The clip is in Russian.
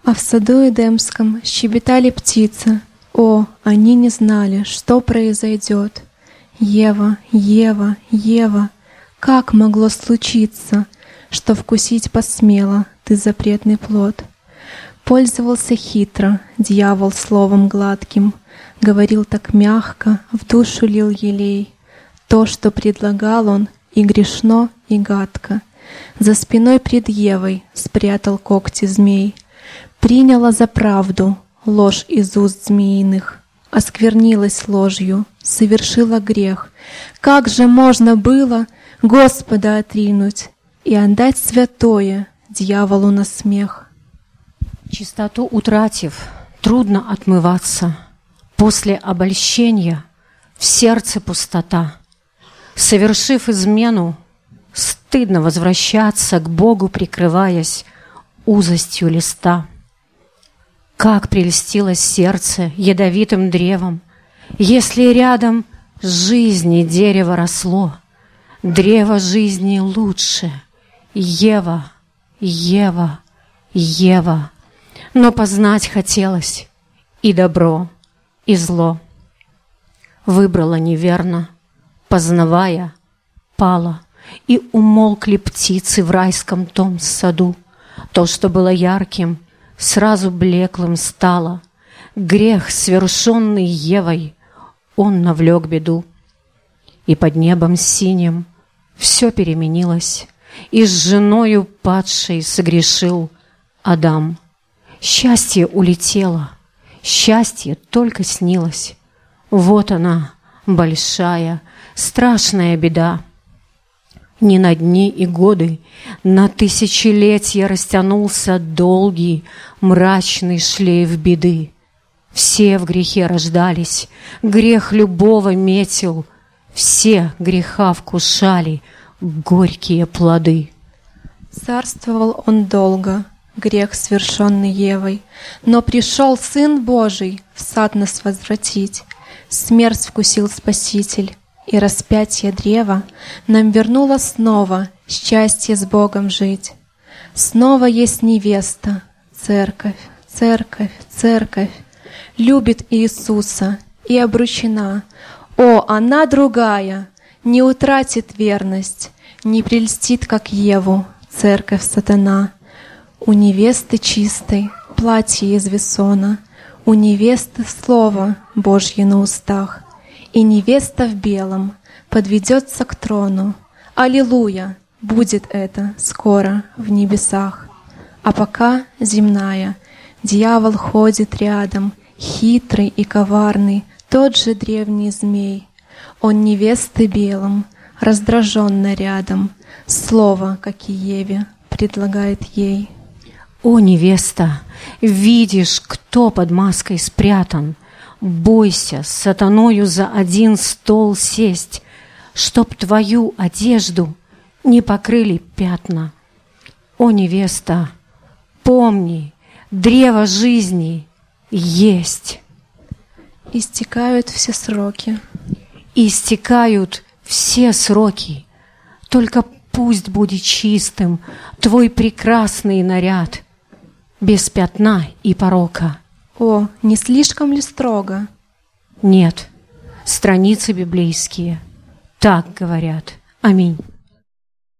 А в саду Эдемском щебетали птицы. О, они не знали, что произойдет. Ева, Ева, Ева, как могло случиться, что вкусить посмела ты запретный плод? Пользовался хитро дьявол словом гладким, говорил так мягко, в душу лил елей. То, что предлагал он, и грешно, и гадко. За спиной пред Евой спрятал когти змей. Приняла за правду ложь из уст змеиных, осквернилась ложью, совершила грех. Как же можно было Господа отринуть и отдать святое дьяволу на смех? Чистоту утратив, трудно отмываться. После обольщения в сердце пустота. Совершив измену, стыдно возвращаться к Богу, прикрываясь узостью листа. Как прельстилось сердце ядовитым древом, если рядом жизни дерево росло. Древо жизни лучше, Ева, Ева, Ева. Но познать хотелось и добро, и зло. Выбрала неверно, познавая, пала, и умолкли птицы в райском том саду. То, что было ярким, сразу блеклым стало. Грех, совершенный Евой, он навлек беду. И под небом синим все переменилось, и с женою падшей согрешил Адам. Счастье улетело, счастье только снилось. Вот она, большая, страшная беда. Не на дни и годы, на тысячелетия растянулся долгий, мрачный шлейф беды. Все в грехе рождались, грех любого метил, все греха вкушали горькие плоды. Царствовал он долго, грех, свершенный Евой, но пришел Сын Божий в сад нас возвратить. Смерть вкусил Спаситель, и распятие древа нам вернуло снова счастье с Богом жить. Снова есть невеста, церковь, церковь, церковь, любит Иисуса и обручена. О, она другая, не утратит верность, не прельстит, как Еву, церковь сатана. У невесты чистой платье из весона, у невесты слово Божье на устах, и невеста в белом подведется к трону. Аллилуйя! Будет это скоро в небесах. А пока земная, дьявол ходит рядом, хитрый и коварный, тот же древний змей. Он невесты белым, раздраженно рядом, слово, как и Еве, предлагает ей. О, невеста, видишь, кто под маской спрятан? Бойся с сатаною за один стол сесть, чтоб твою одежду не покрыли пятна. О, невеста, помни, древо жизни есть. Истекают все сроки. Истекают все сроки. Только пусть будет чистым твой прекрасный наряд, без пятна и порока. О, не слишком ли строго? Нет, страницы библейские так говорят. Аминь.